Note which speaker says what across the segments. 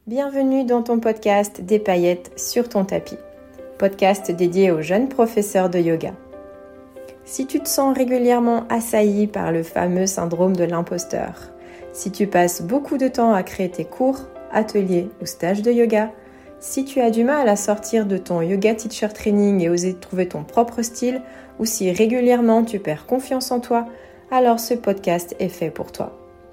Speaker 1: Bienvenue dans ton podcast Des paillettes sur ton tapis, podcast dédié aux jeunes professeurs de yoga. Si tu te sens régulièrement assailli par le fameux syndrome de l'imposteur, si tu passes beaucoup de temps à créer tes cours, ateliers ou stages de yoga, si tu as du mal à sortir de ton yoga teacher training et oser trouver ton propre style, ou si régulièrement tu perds confiance en toi, alors ce podcast est fait pour toi.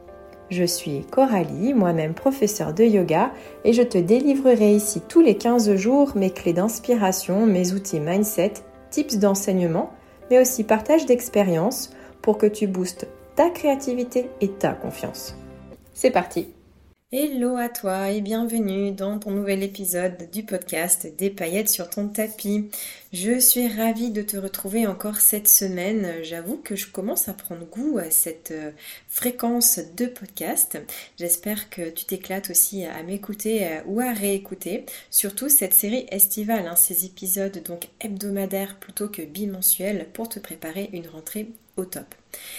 Speaker 1: Je suis Coralie, moi-même professeure de yoga, et je te délivrerai ici tous les 15 jours mes clés d'inspiration, mes outils mindset, tips d'enseignement, mais aussi partage d'expériences pour que tu boostes ta créativité et ta confiance. C'est parti! Hello à toi et bienvenue dans ton nouvel épisode du podcast Des paillettes sur ton tapis. Je suis ravie de te retrouver encore cette semaine. J'avoue que je commence à prendre goût à cette fréquence de podcast. J'espère que tu t'éclates aussi à m'écouter ou à réécouter. Surtout cette série estivale, ces épisodes donc hebdomadaires plutôt que bimensuels pour te préparer une rentrée au top.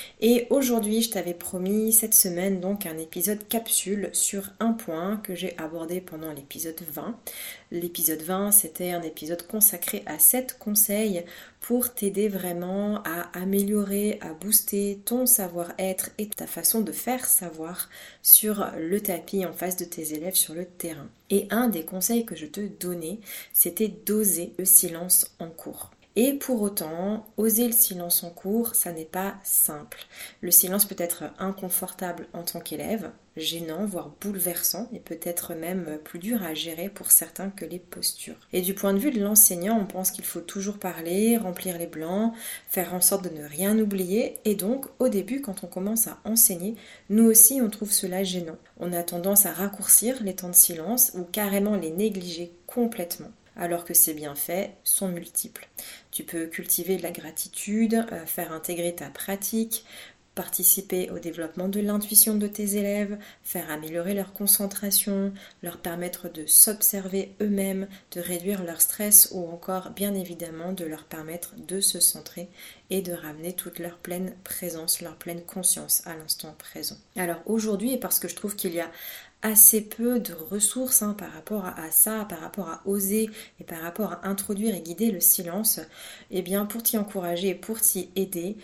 Speaker 1: Et aujourd'hui, je t'avais promis cette semaine donc un épisode capsule sur un point que j'ai abordé pendant l'épisode 20. L'épisode 20, c'était un épisode consacré à 7 conseils pour t'aider vraiment à améliorer, à booster ton savoir-être et ta façon de faire savoir sur le tapis en face de tes élèves sur le terrain. Et un des conseils que je te donnais, c'était d'oser le silence en cours. Et pour autant, oser le silence en cours, ça n'est pas simple. Le silence peut être inconfortable en tant qu'élève, gênant, voire bouleversant, et peut-être même plus dur à gérer pour certains que les postures. Et du point de vue de l'enseignant, on pense qu'il faut toujours parler, remplir les blancs, faire en sorte de ne rien oublier, et donc au début, quand on commence à enseigner, nous aussi on trouve cela gênant. On a tendance à raccourcir les temps de silence ou carrément les négliger complètement, alors que ces bienfaits sont multiples. Tu peux cultiver de la gratitude, faire intégrer ta pratique, participer au développement de l'intuition de tes élèves, faire améliorer leur concentration, leur permettre de s'observer eux-mêmes, de réduire leur stress ou encore bien évidemment de leur permettre de se centrer et de ramener toute leur pleine présence, leur pleine conscience à l'instant présent. Alors aujourd'hui, et parce que je trouve qu'il y a assez peu de ressources par rapport à ça, par rapport à oser et par rapport à introduire et guider le silence, et bien pour t'y encourager et pour t'y aider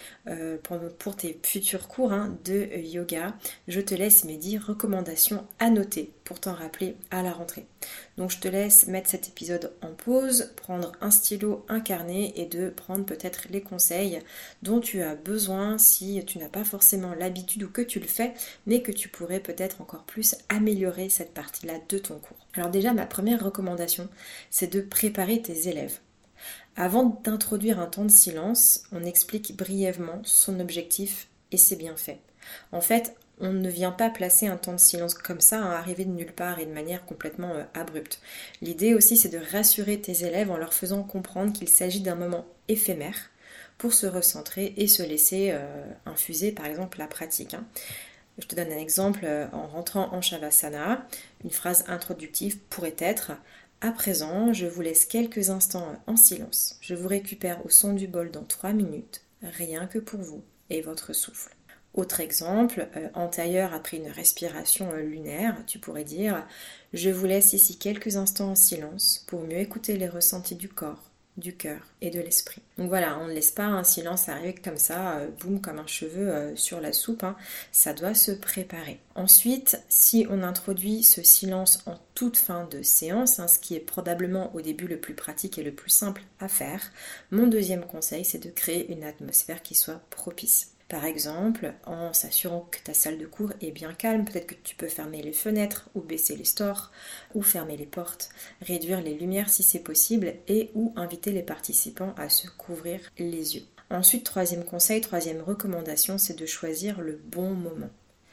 Speaker 1: pour tes futurs cours de yoga, je te laisse mes 10 recommandations à noter pour t'en rappeler à la rentrée. Donc je te laisse mettre cet épisode en pause, prendre un stylo, un carnet et de prendre peut-être les conseils dont tu as besoin si tu n'as pas forcément l'habitude ou que tu le fais, mais que tu pourrais peut-être encore plus améliorer cette partie-là de ton cours. Alors déjà, ma première recommandation, c'est de préparer tes élèves. Avant d'introduire un temps de silence, on explique brièvement son objectif et ses bienfaits. En fait, on ne vient pas placer un temps de silence comme ça, arriver de nulle part et de manière complètement abrupte. L'idée aussi, c'est de rassurer tes élèves en leur faisant comprendre qu'il s'agit d'un moment éphémère pour se recentrer et se laisser infuser par exemple la pratique. Je te donne un exemple, en rentrant en Shavasana, une phrase introductive pourrait être « À présent, je vous laisse quelques instants en silence. Je vous récupère au son du bol dans 3 minutes, rien que pour vous et votre souffle. » Autre exemple, en tailleur après une respiration lunaire, tu pourrais dire « Je vous laisse ici quelques instants en silence pour mieux écouter les ressentis du corps, du cœur et de l'esprit. » Donc voilà, on ne laisse pas un silence arriver comme ça, boum, comme un cheveu sur la soupe, ça doit se préparer. Ensuite, si on introduit ce silence en toute fin de séance, ce qui est probablement au début le plus pratique et le plus simple à faire, mon deuxième conseil, c'est de créer une atmosphère qui soit propice. Par exemple, en s'assurant que ta salle de cours est bien calme, peut-être que tu peux fermer les fenêtres ou baisser les stores ou fermer les portes, réduire les lumières si c'est possible et ou inviter les participants à se couvrir les yeux. Ensuite, troisième conseil, troisième recommandation, c'est de choisir le bon moment.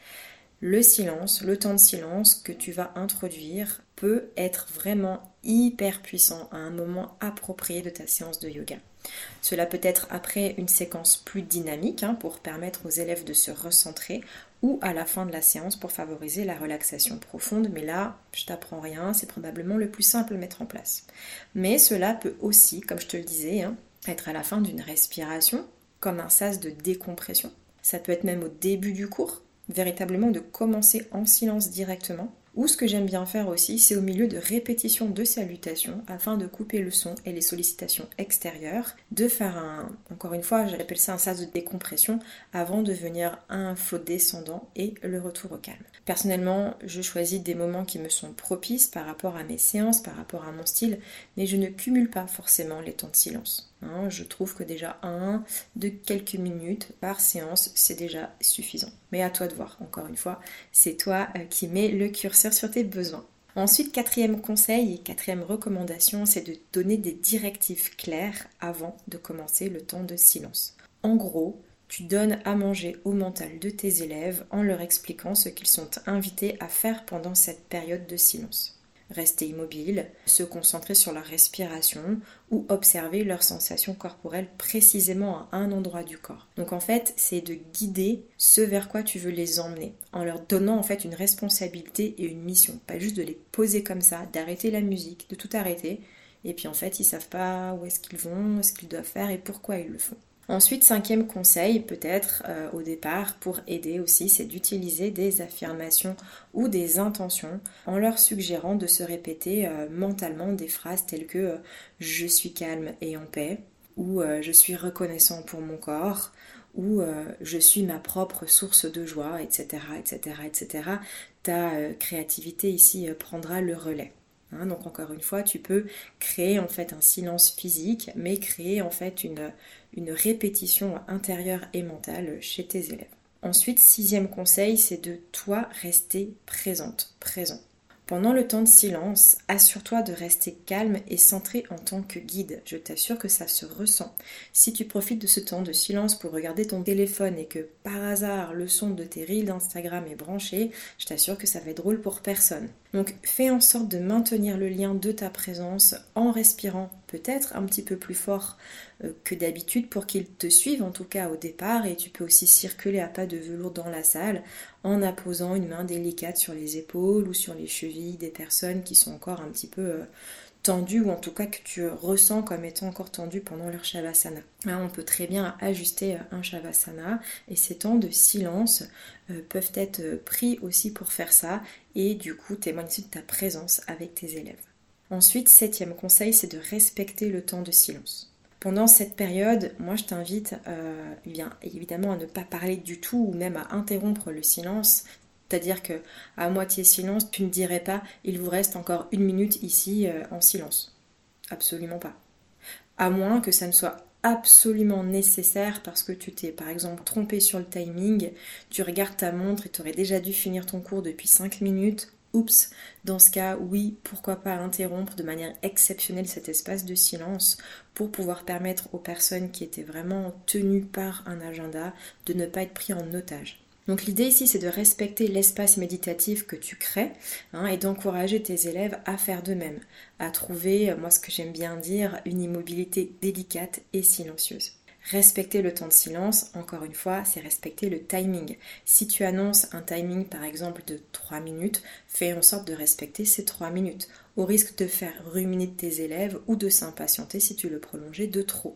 Speaker 1: Le silence, le temps de silence que tu vas introduire peut être vraiment hyper puissant à un moment approprié de ta séance de yoga. Cela peut être après une séquence plus dynamique pour permettre aux élèves de se recentrer ou à la fin de la séance pour favoriser la relaxation profonde. Mais là, je t'apprends rien, c'est probablement le plus simple à mettre en place. Mais cela peut aussi, comme je te le disais, être à la fin d'une respiration, comme un sas de décompression. Ça peut être même au début du cours, véritablement de commencer en silence directement Ou ce que j'aime bien faire aussi, c'est au milieu de répétitions de salutations, afin de couper le son et les sollicitations extérieures, de faire encore une fois, j'appelle ça un sas de décompression, avant de venir à un flot descendant et le retour au calme. Personnellement, je choisis des moments qui me sont propices par rapport à mes séances, par rapport à mon style, mais je ne cumule pas forcément les temps de silence. Je trouve que déjà de quelques minutes par séance, c'est déjà suffisant. Mais à toi de voir, encore une fois, c'est toi qui mets le curseur sur tes besoins. Ensuite, quatrième conseil et quatrième recommandation, c'est de donner des directives claires avant de commencer le temps de silence. En gros, tu donnes à manger au mental de tes élèves en leur expliquant ce qu'ils sont invités à faire pendant cette période de silence. Rester immobile, se concentrer sur leur respiration ou observer leurs sensations corporelles précisément à un endroit du corps. Donc en fait, c'est de guider ce vers quoi tu veux les emmener, en leur donnant en fait une responsabilité et une mission. Pas juste de les poser comme ça, d'arrêter la musique, de tout arrêter, et puis en fait ils savent pas où est-ce qu'ils vont, ce qu'ils doivent faire et pourquoi ils le font. Ensuite, cinquième conseil, peut-être au départ, pour aider aussi, c'est d'utiliser des affirmations ou des intentions en leur suggérant de se répéter mentalement des phrases telles que je suis calme et en paix, ou je suis reconnaissant pour mon corps, ou je suis ma propre source de joie, etc., etc., etc. Ta créativité ici prendra le relais. Donc encore une fois, tu peux créer en fait un silence physique, mais créer en fait une répétition intérieure et mentale chez tes élèves. Ensuite, sixième conseil, c'est de toi rester présent. Pendant le temps de silence, assure-toi de rester calme et centré en tant que guide. Je t'assure que ça se ressent. Si tu profites de ce temps de silence pour regarder ton téléphone et que par hasard le son de tes reels d'Instagram est branché, je t'assure que ça va être drôle pour personne. Donc fais en sorte de maintenir le lien de ta présence en respirant peut-être un petit peu plus fort que d'habitude pour qu'ils te suivent en tout cas au départ, et tu peux aussi circuler à pas de velours dans la salle en apposant une main délicate sur les épaules ou sur les chevilles des personnes qui sont encore un petit peu tendues, ou en tout cas que tu ressens comme étant encore tendues pendant leur Shavasana. On peut très bien ajuster un Shavasana, et ces temps de silence peuvent être pris aussi pour faire ça, et du coup témoigner de ta présence avec tes élèves. Ensuite, septième conseil, c'est de respecter le temps de silence. Pendant cette période, moi je t'invite bien évidemment à ne pas parler du tout ou même à interrompre le silence. C'est-à-dire que à moitié silence, tu ne dirais pas « il vous reste encore 1 minute ici en silence ». Absolument pas. À moins que ça ne soit absolument nécessaire parce que tu t'es par exemple trompé sur le timing, tu regardes ta montre et tu aurais déjà dû finir ton cours depuis 5 minutes. Oups, dans ce cas, oui, pourquoi pas interrompre de manière exceptionnelle cet espace de silence pour pouvoir permettre aux personnes qui étaient vraiment tenues par un agenda de ne pas être pris en otage. Donc l'idée ici, c'est de respecter l'espace méditatif que tu crées et d'encourager tes élèves à faire de même, à trouver, moi ce que j'aime bien dire, une immobilité délicate et silencieuse. Respecter le temps de silence, encore une fois, c'est respecter le timing. Si tu annonces un timing par exemple de 3 minutes, fais en sorte de respecter ces 3 minutes, au risque de faire ruminer tes élèves ou de s'impatienter si tu le prolongeais de trop.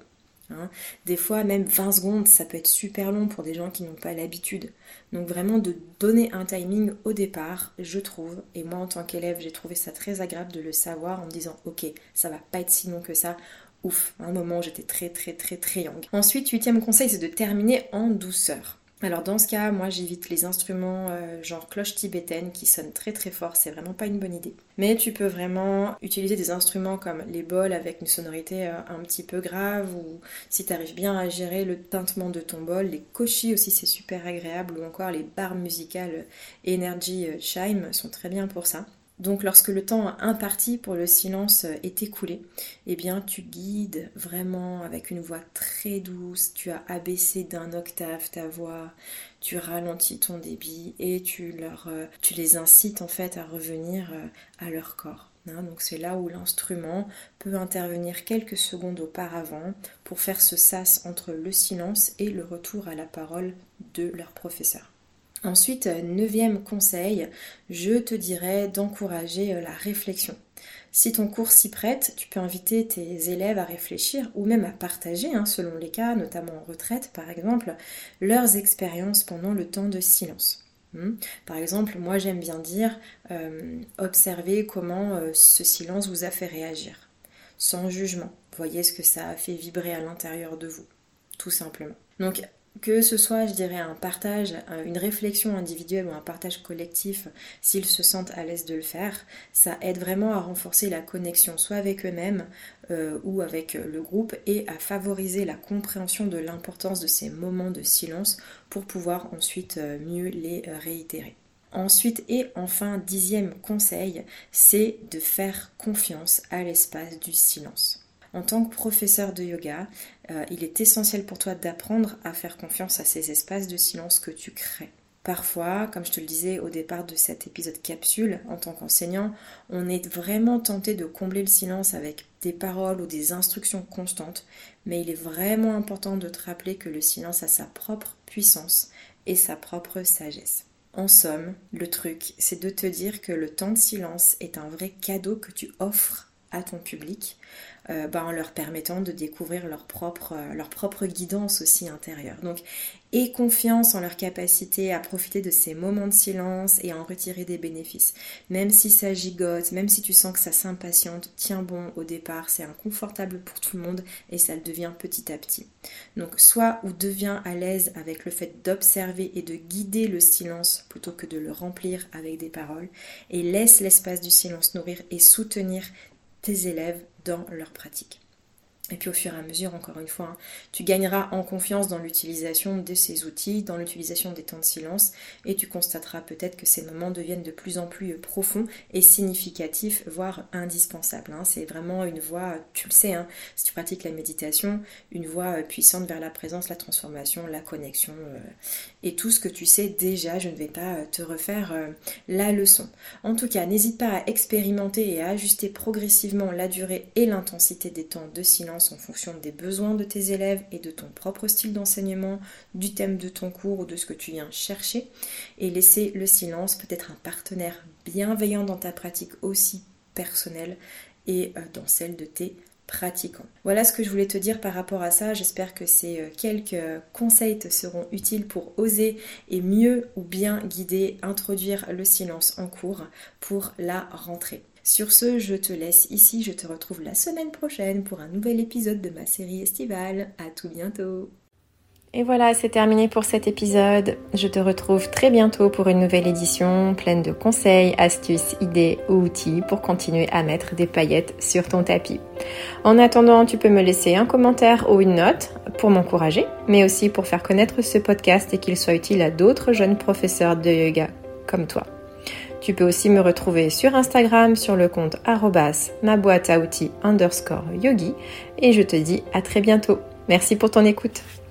Speaker 1: Des fois même 20 secondes, ça peut être super long pour des gens qui n'ont pas l'habitude. Donc vraiment de donner un timing au départ, je trouve, et moi en tant qu'élève, j'ai trouvé ça très agréable de le savoir en me disant ok, ça va pas être si long que ça. Ouf, à un moment j'étais très young. Ensuite, 8e conseil, c'est de terminer en douceur. Alors dans ce cas, moi j'évite les instruments genre cloche tibétaine qui sonnent très fort, c'est vraiment pas une bonne idée. Mais tu peux vraiment utiliser des instruments comme les bols avec une sonorité un petit peu grave, ou si tu arrives bien à gérer le tintement de ton bol, les koshi aussi c'est super agréable, ou encore les barres musicales Energy Chime sont très bien pour ça. Donc lorsque le temps imparti pour le silence est écoulé, eh bien tu guides vraiment avec une voix très douce, tu as abaissé d'1 octave ta voix, tu ralentis ton débit et tu les incites en fait à revenir à leur corps. Donc c'est là où l'instrument peut intervenir quelques secondes auparavant pour faire ce sas entre le silence et le retour à la parole de leur professeur. Ensuite, 9e conseil, je te dirais d'encourager la réflexion. Si ton cours s'y prête, tu peux inviter tes élèves à réfléchir ou même à partager, selon les cas, notamment en retraite par exemple, leurs expériences pendant le temps de silence. Par exemple, moi j'aime bien dire observez comment ce silence vous a fait réagir, sans jugement. Voyez ce que ça a fait vibrer à l'intérieur de vous, tout simplement. Donc que ce soit, je dirais, un partage, une réflexion individuelle ou un partage collectif, s'ils se sentent à l'aise de le faire, ça aide vraiment à renforcer la connexion, soit avec eux-mêmes ou avec le groupe, et à favoriser la compréhension de l'importance de ces moments de silence pour pouvoir ensuite mieux les réitérer. Ensuite et enfin, 10e conseil, c'est de faire confiance à l'espace du silence. En tant que professeur de yoga, il est essentiel pour toi d'apprendre à faire confiance à ces espaces de silence que tu crées. Parfois, comme je te le disais au départ de cet épisode capsule, en tant qu'enseignant, on est vraiment tenté de combler le silence avec des paroles ou des instructions constantes, mais il est vraiment important de te rappeler que le silence a sa propre puissance et sa propre sagesse. En somme, le truc, c'est de te dire que le temps de silence est un vrai cadeau que tu offres à ton public, en leur permettant de découvrir leur propre guidance aussi intérieure. Donc, aie confiance en leur capacité à profiter de ces moments de silence et à en retirer des bénéfices. Même si ça gigote, même si tu sens que ça s'impatiente, tiens bon, au départ, c'est inconfortable pour tout le monde et ça le devient petit à petit. Donc, sois ou deviens à l'aise avec le fait d'observer et de guider le silence plutôt que de le remplir avec des paroles, et laisse l'espace du silence nourrir et soutenir tes élèves dans leur pratique. Et puis au fur et à mesure, encore une fois, tu gagneras en confiance dans l'utilisation de ces outils, dans l'utilisation des temps de silence, et tu constateras peut-être que ces moments deviennent de plus en plus profonds et significatifs, voire indispensables. C'est vraiment une voie, tu le sais, si tu pratiques la méditation, une voie puissante vers la présence, la transformation, la connexion, et tout ce que tu sais déjà. Je ne vais pas te refaire la leçon. En tout cas, n'hésite pas à expérimenter et à ajuster progressivement la durée et l'intensité des temps de silence en fonction des besoins de tes élèves et de ton propre style d'enseignement, du thème de ton cours ou de ce que tu viens chercher, et laisser le silence peut-être un partenaire bienveillant dans ta pratique aussi personnelle et dans celle de tes pratiquants. Voilà ce que je voulais te dire par rapport à ça. J'espère que ces quelques conseils te seront utiles pour oser et mieux ou bien guider, introduire le silence en cours pour la rentrée. Sur ce, je te laisse ici, je te retrouve la semaine prochaine pour un nouvel épisode de ma série estivale. À tout bientôt. Et voilà, c'est terminé pour cet épisode. Je te retrouve très bientôt pour une nouvelle édition pleine de conseils, astuces, idées ou outils pour continuer à mettre des paillettes sur ton tapis. En attendant, tu peux me laisser un commentaire ou une note pour m'encourager, mais aussi pour faire connaître ce podcast et qu'il soit utile à d'autres jeunes professeurs de yoga comme toi. Tu peux aussi me retrouver sur Instagram sur le compte @maboîteaoutils_yogi et je te dis à très bientôt. Merci pour ton écoute.